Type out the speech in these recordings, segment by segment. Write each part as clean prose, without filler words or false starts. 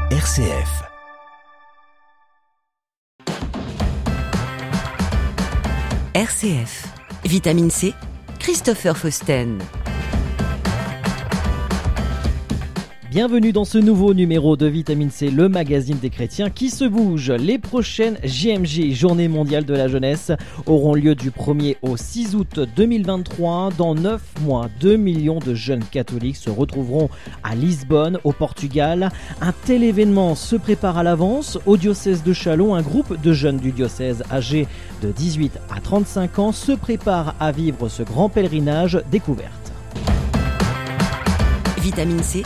RCF. RCF. Vitamine C. Christopher Fausten. Bienvenue dans ce nouveau numéro de Vitamine C, le magazine des chrétiens qui se bouge. Les prochaines JMJ, Journée mondiale de la jeunesse, auront lieu du 1er au 6 août 2023. Dans 9 mois, 2 millions de jeunes catholiques se retrouveront à Lisbonne, au Portugal. Un tel événement se prépare à l'avance. Au diocèse de Châlons, un groupe de jeunes du diocèse âgés de 18 à 35 ans se prépare à vivre ce grand pèlerinage découverte. Vitamine C.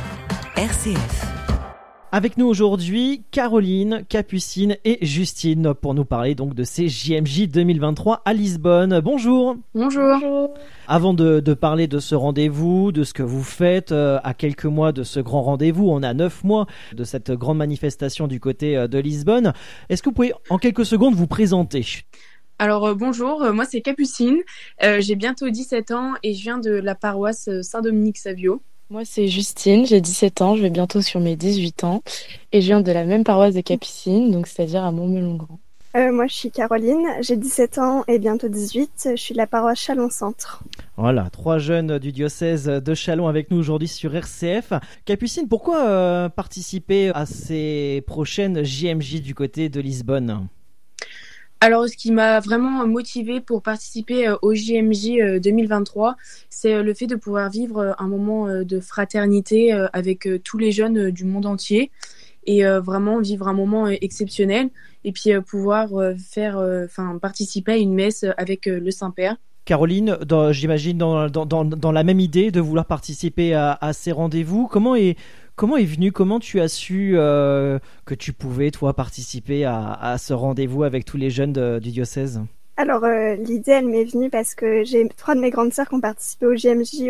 RCF. Avec nous aujourd'hui, Caroline, Capucine et Justine pour nous parler donc de ces JMJ 2023 à Lisbonne. Bonjour. Bonjour. Avant de parler de ce rendez-vous, de ce que vous faites à quelques mois de ce grand rendez-vous, on a 9 mois de cette grande manifestation du côté de Lisbonne. Est-ce que vous pouvez en quelques secondes vous présenter ? Alors bonjour, moi c'est Capucine, j'ai bientôt 17 ans et je viens de la paroisse Saint-Dominique-Savio. Moi, c'est Justine, j'ai 17 ans, je vais bientôt sur mes 18 ans et je viens de la même paroisse de Capucine, donc c'est-à-dire à Montmelon-Grand. Moi, je suis Caroline, j'ai 17 ans et bientôt 18, je suis de la paroisse Châlons-Centre. Voilà, 3 jeunes du diocèse de Châlons avec nous aujourd'hui sur RCF. Capucine, pourquoi participer à ces prochaines JMJ du côté de Lisbonne ? Alors, ce qui m'a vraiment motivée pour participer au JMJ 2023, c'est le fait de pouvoir vivre un moment de fraternité avec tous les jeunes du monde entier et vraiment vivre un moment exceptionnel et puis pouvoir participer à une messe avec le Saint-Père. Caroline, j'imagine dans la même idée de vouloir participer à ces rendez-vous, comment est venu, comment tu as su que tu pouvais, toi, participer à ce rendez-vous avec tous les jeunes du diocèse ? Alors, l'idée, elle m'est venue parce que j'ai 3 de mes grandes sœurs qui ont participé au JMJ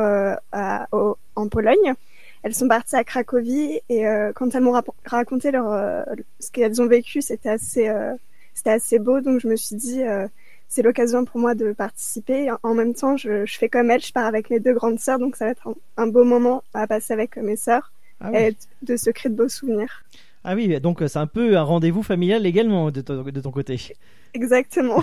en Pologne. Elles sont parties à Cracovie et quand elles m'ont raconté ce qu'elles ont vécu, c'était assez beau. Donc, je me suis dit, c'est l'occasion pour moi de participer. En même temps, je fais comme elles, je pars avec mes 2 grandes sœurs, donc ça va être un beau moment à passer avec mes sœurs et de se créer de beaux souvenirs. Ah oui, donc c'est un peu un rendez-vous familial également de ton côté. Exactement.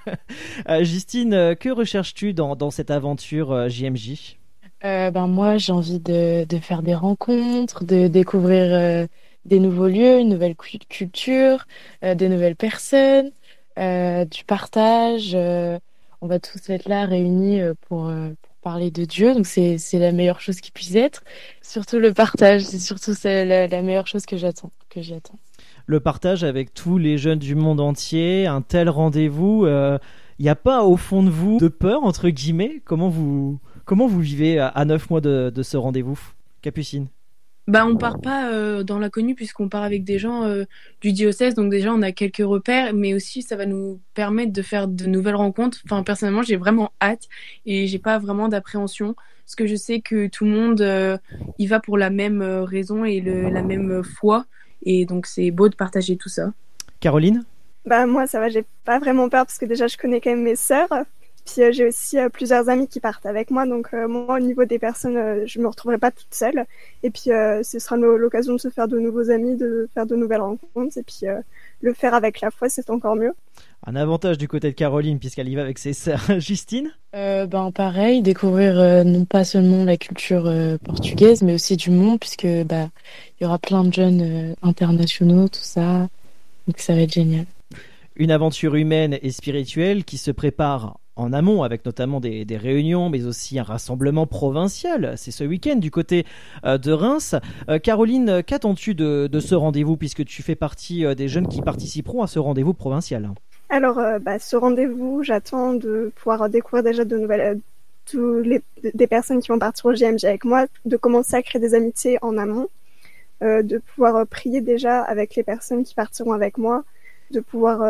Justine, que recherches-tu dans cette aventure JMJ ? Moi, j'ai envie de faire des rencontres, de découvrir des nouveaux lieux, une nouvelle culture, des nouvelles personnes, du partage. On va tous être là réunis pour parler de Dieu, donc c'est la meilleure chose qui puisse être. Surtout le partage, c'est la meilleure chose que j'attends. Le partage avec tous les jeunes du monde entier, un tel rendez-vous, il n'y a pas au fond de vous de peur, entre guillemets ? Comment vous vivez à 9 mois de ce rendez-vous ? Capucine ? On part pas dans l'inconnu puisqu'on part avec des gens du diocèse, donc déjà on a quelques repères, mais aussi ça va nous permettre de faire de nouvelles rencontres. Enfin, personnellement, j'ai vraiment hâte et j'ai pas vraiment d'appréhension parce que je sais que tout le monde y va pour la même raison et la même foi, et donc c'est beau de partager tout ça. Caroline ? Moi, ça va, j'ai pas vraiment peur parce que déjà je connais quand même mes sœurs. Puis j'ai aussi plusieurs amis qui partent avec moi, donc moi au niveau des personnes, je me retrouverai pas toute seule. Et puis ce sera l'occasion de se faire de nouveaux amis, de faire de nouvelles rencontres, et puis le faire avec la foi, c'est encore mieux. Un avantage du côté de Caroline puisqu'elle y va avec ses sœurs. Justine ? Pareil, découvrir non pas seulement la culture portugaise, mais aussi du monde, puisque il y aura plein de jeunes internationaux, tout ça, donc ça va être génial. Une aventure humaine et spirituelle qui se prépare en amont, avec notamment des réunions, mais aussi un rassemblement provincial. C'est ce week-end du côté de Reims. Caroline, qu'attends-tu de ce rendez-vous, puisque tu fais partie des jeunes qui participeront à ce rendez-vous provincial ? Alors, ce rendez-vous, j'attends de pouvoir découvrir déjà de nouvelles, des personnes qui vont partir au JMJ avec moi, de commencer à créer des amitiés en amont, de pouvoir prier déjà avec les personnes qui partiront avec moi, de pouvoir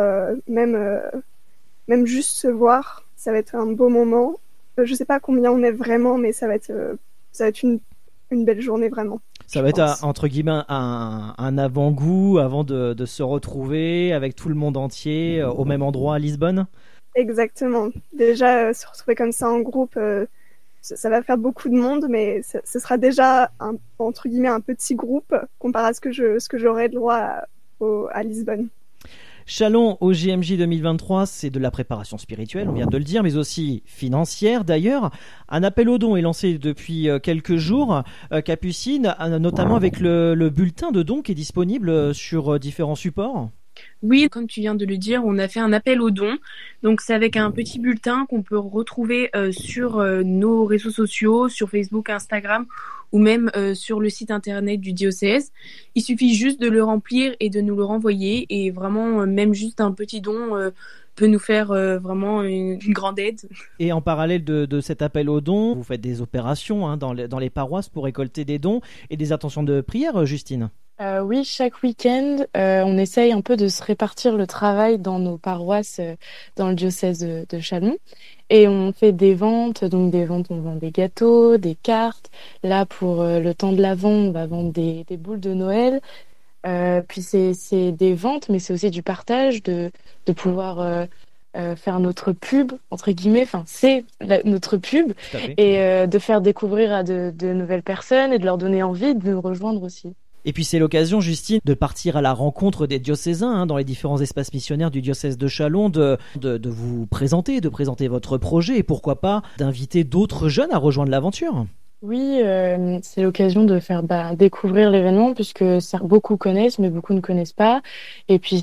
même juste se voir. Ça va être un beau moment. Je sais pas combien on est vraiment, mais ça va être une belle journée vraiment. Ça va être entre guillemets un avant-goût avant de se retrouver avec tout le monde entier au même endroit à Lisbonne. Exactement. Déjà se retrouver comme ça en groupe, ça va faire beaucoup de monde, mais ce sera déjà entre guillemets un petit groupe comparé à ce que j'aurai le droit à Lisbonne. Chalon au JMJ 2023, c'est de la préparation spirituelle, on vient de le dire, mais aussi financière d'ailleurs. Un appel aux dons est lancé depuis quelques jours, Capucine, notamment avec le bulletin de dons qui est disponible sur différents supports. Oui, comme tu viens de le dire, on a fait un appel aux dons. Donc c'est avec un petit bulletin qu'on peut retrouver sur nos réseaux sociaux, sur Facebook, Instagram ou même sur le site internet du diocèse. Il suffit juste de le remplir et de nous le renvoyer. Et vraiment, même juste un petit don peut nous faire vraiment une grande aide. Et en parallèle de cet appel aux dons, vous faites des opérations dans les paroisses pour récolter des dons et des intentions de prière, Justine. Oui, chaque week-end, on essaye un peu de se répartir le travail dans nos paroisses, dans le diocèse de Châlons. Et on fait des ventes, on vend des gâteaux, des cartes. Là, pour le temps de l'Avent, on va vendre des boules de Noël. Puis c'est des ventes, mais c'est aussi du partage, de pouvoir faire notre pub, entre guillemets, enfin c'est notre pub, et de faire découvrir à de nouvelles personnes et de leur donner envie de nous rejoindre aussi. Et puis c'est l'occasion, Justine, de partir à la rencontre des diocésains dans les différents espaces missionnaires du diocèse de Châlons, de vous présenter, de présenter votre projet et pourquoi pas d'inviter d'autres jeunes à rejoindre l'aventure. Oui, c'est l'occasion de faire découvrir l'événement puisque beaucoup connaissent mais beaucoup ne connaissent pas. Et puis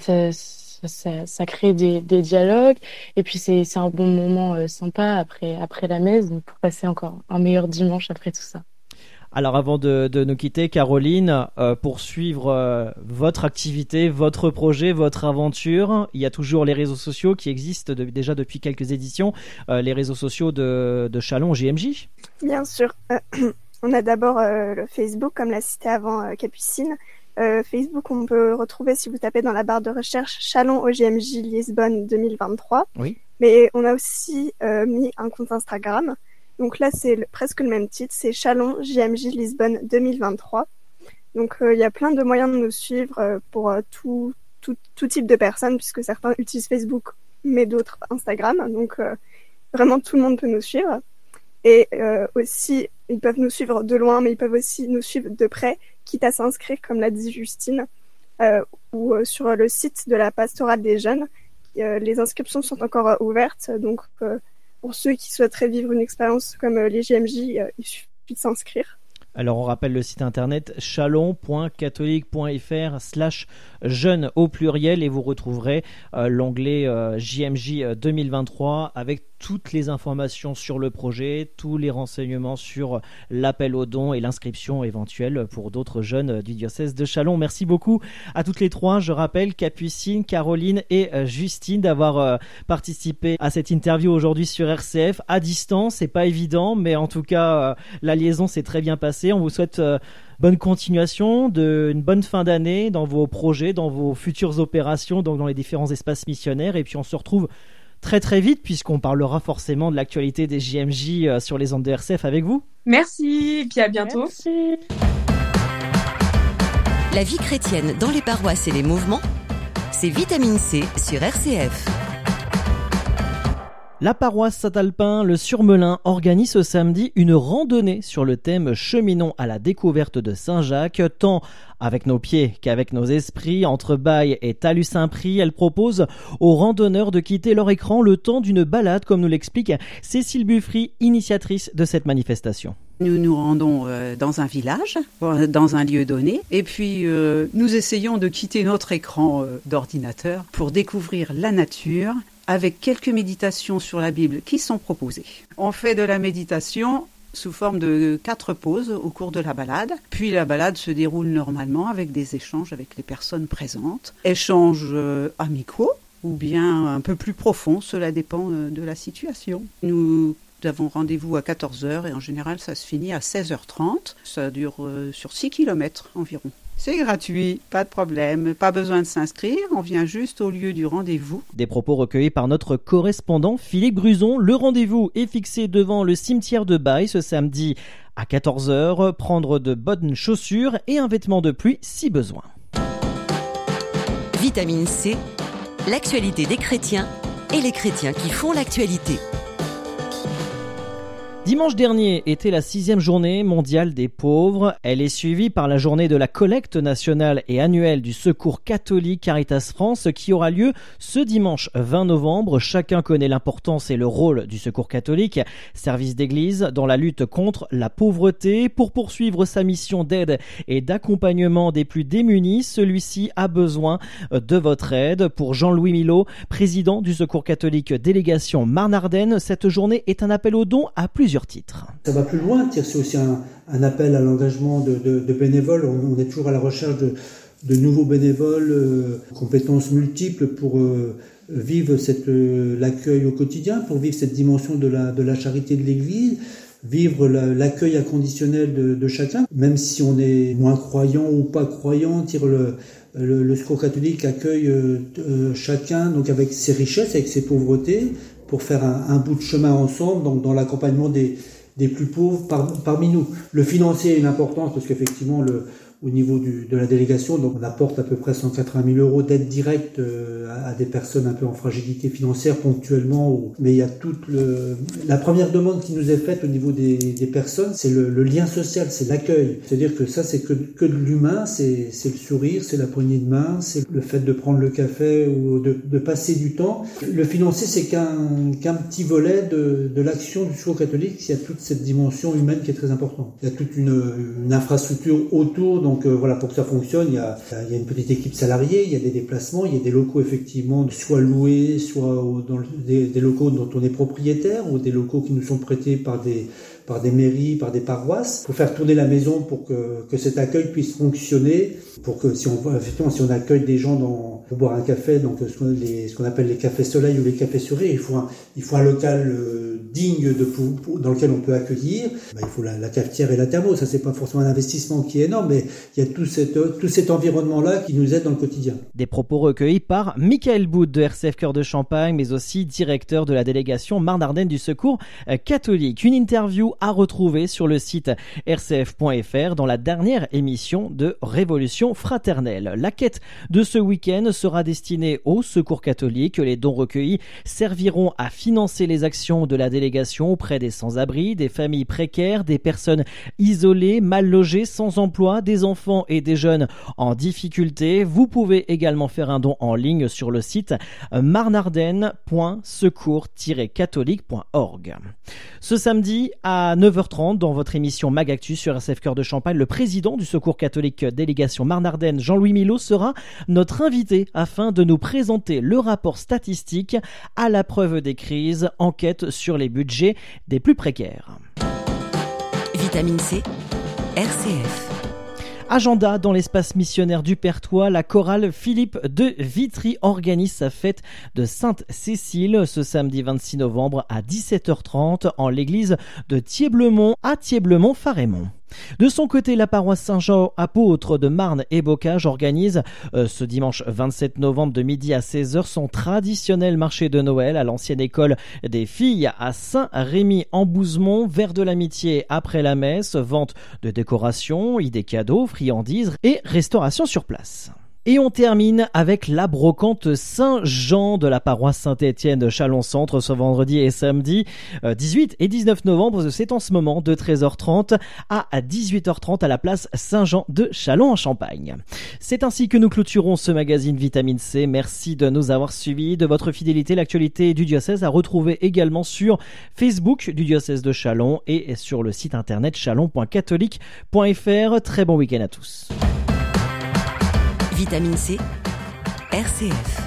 ça crée des dialogues et puis c'est un bon moment sympa après la messe pour passer encore un meilleur dimanche après tout ça. Alors avant de nous quitter, Caroline, pour suivre votre activité, votre projet, votre aventure, il y a toujours les réseaux sociaux qui existent déjà depuis quelques éditions, les réseaux sociaux de Châlons JMJ. Bien sûr. On a d'abord le Facebook, comme l'a cité avant Capucine. Facebook, on peut retrouver si vous tapez dans la barre de recherche Châlons OGMJ Lisbonne 2023. Oui. Mais on a aussi mis un compte Instagram. Donc là, c'est presque le même titre, c'est Châlons JMJ Lisbonne 2023. Donc il y a plein de moyens de nous suivre pour tout type de personnes, puisque certains utilisent Facebook, mais d'autres Instagram. Donc vraiment, tout le monde peut nous suivre. Et aussi, ils peuvent nous suivre de loin, mais ils peuvent aussi nous suivre de près, quitte à s'inscrire, comme l'a dit Justine, ou sur le site de la pastorale des jeunes. Les inscriptions sont encore ouvertes, donc pour ceux qui souhaiteraient vivre une expérience comme les JMJ, il suffit de s'inscrire. Alors on rappelle le site internet chalon.catholique.fr/jeunes au pluriel et vous retrouverez l'onglet JMJ 2023 avec toutes les informations sur le projet, tous les renseignements sur l'appel aux dons et l'inscription éventuelle pour d'autres jeunes du diocèse de Châlons. Merci beaucoup à toutes les trois. Je rappelle Capucine, Caroline et Justine d'avoir participé à cette interview aujourd'hui sur RCF à distance. C'est pas évident, mais en tout cas la liaison s'est très bien passée. On vous souhaite bonne continuation, une bonne fin d'année dans vos projets, dans vos futures opérations, donc dans les différents espaces missionnaires. Et puis on se retrouve très très vite puisqu'on parlera forcément de l'actualité des JMJ sur les ondes de RCF avec vous. Merci et puis à bientôt. Merci. La vie chrétienne dans les paroisses et les mouvements, c'est Vitamine C sur RCF. La paroisse Saint-Alpin, le Surmelin, organise ce samedi une randonnée sur le thème « Cheminons à la découverte de Saint-Jacques ». Tant avec nos pieds qu'avec nos esprits, entre Baye et Talus-Saint-Prix, elle propose aux randonneurs de quitter leur écran le temps d'une balade, comme nous l'explique Cécile Buffry, initiatrice de cette manifestation. Nous nous rendons dans un village, dans un lieu donné, et puis nous essayons de quitter notre écran d'ordinateur pour découvrir la nature, avec quelques méditations sur la Bible qui sont proposées. On fait de la méditation sous forme de 4 pauses au cours de la balade. Puis la balade se déroule normalement avec des échanges avec les personnes présentes. Échanges amicaux ou bien un peu plus profonds, cela dépend de la situation. Nous avons rendez-vous à 14h et en général ça se finit à 16h30. Ça dure sur 6 km environ. C'est gratuit, pas de problème, pas besoin de s'inscrire, on vient juste au lieu du rendez-vous. Des propos recueillis par notre correspondant Philippe Gruson. Le rendez-vous est fixé devant le cimetière de Baye ce samedi à 14h. Prendre de bonnes chaussures et un vêtement de pluie si besoin. Vitamine C, l'actualité des chrétiens et les chrétiens qui font l'actualité. Dimanche dernier était la 6e journée mondiale des pauvres. Elle est suivie par la journée de la collecte nationale et annuelle du Secours catholique Caritas France qui aura lieu ce dimanche 20 novembre. Chacun connaît l'importance et le rôle du Secours catholique, service d'église dans la lutte contre la pauvreté. Pour poursuivre sa mission d'aide et d'accompagnement des plus démunis, celui-ci a besoin de votre aide. Pour Jean-Louis Milot, président du Secours catholique délégation Marne-Ardenne, cette journée est un appel aux dons à plusieurs titres. Ça va plus loin, c'est aussi un appel à l'engagement de bénévoles. On est toujours à la recherche de nouveaux bénévoles, compétences multiples pour vivre l'accueil au quotidien, pour vivre cette dimension de la charité de l'Église, vivre l'accueil inconditionnel de chacun, même si on est moins croyant ou pas croyant. Le Secours catholique accueille chacun donc avec ses richesses, avec ses pauvretés, pour faire un bout de chemin ensemble, donc dans l'accompagnement des plus pauvres parmi nous. Le financier a une importance parce qu'effectivement, au niveau de la délégation, donc on apporte à peu près 180 000 € d'aide directe à des personnes un peu en fragilité financière ponctuellement. Mais il y a la première demande qui nous est faite au niveau des personnes, c'est le lien social, c'est l'accueil. C'est-à-dire que ça, c'est que de l'humain, c'est le sourire, c'est la poignée de main, c'est le fait de prendre le café ou de passer du temps. Le financier, c'est qu'un petit volet de l'action du Secours catholique. Il y a toute cette dimension humaine qui est très importante. Il y a toute une infrastructure autour. Donc voilà, pour que ça fonctionne, il y a une petite équipe salariée, il y a des déplacements, il y a des locaux effectivement soit loués, soit dans des locaux dont on est propriétaire ou des locaux qui nous sont prêtés par des mairies, par des paroisses, pour faire tourner la maison pour que cet accueil puisse fonctionner, pour que si on accueille des gens pour boire un café, donc ce qu'on appelle les cafés soleil ou les cafés surés, il faut un local digne dans lequel on peut accueillir. Il faut la cafetière et la thermo. Ça, c'est pas forcément un investissement qui est énorme, mais il y a tout cet environnement-là qui nous aide dans le quotidien. Des propos recueillis par Michael Boud de RCF Cœur de Champagne, mais aussi directeur de la délégation Marne-Ardenne du Secours catholique. Une interview à retrouver sur le site rcf.fr dans la dernière émission de Révolution fraternelle. La quête de ce week-end sera destinée au Secours catholique. Les dons recueillis serviront à financer les actions de la délégation auprès des sans-abri, des familles précaires, des personnes isolées, mal logées, sans emploi, des enfants et des jeunes en difficulté. Vous pouvez également faire un don en ligne sur le site marneardenne.secours-catholique.org. Ce samedi à 9h30 dans votre émission Magactu sur RCF Cœur de Champagne, le président du Secours catholique délégation Marne-Ardenne, Jean-Louis Milot, sera notre invité afin de nous présenter le rapport statistique à la preuve des crises, enquête sur les budgets des plus précaires. Vitamine C, RCF. Agenda dans l'espace missionnaire du Perthois, la chorale Philippe de Vitry organise sa fête de Sainte-Cécile ce samedi 26 novembre à 17h30 en l'église de Thieblemont à Thieblemont-Farémont. De son côté, la paroisse Saint-Jean apôtre de Marne et Bocage organise ce dimanche 27 novembre de midi à 16h son traditionnel marché de Noël à l'ancienne école des filles à Saint-Rémy-en-Bouzemont, vers de l'amitié après la messe, vente de décorations, idées cadeaux, friandises et restauration sur place. Et on termine avec la brocante Saint-Jean de la paroisse Saint-Étienne de Châlons-Centre ce vendredi et samedi 18 et 19 novembre. C'est en ce moment de 13h30 à 18h30 à la place Saint-Jean de Châlons-en-Champagne. C'est ainsi que nous clôturons ce magazine Vitamine C. Merci de nous avoir suivis, de votre fidélité. L'actualité du diocèse à retrouver également sur Facebook du diocèse de Châlons et sur le site internet chalon.catholique.fr. Très bon week-end à tous. Vitamine C, RCF.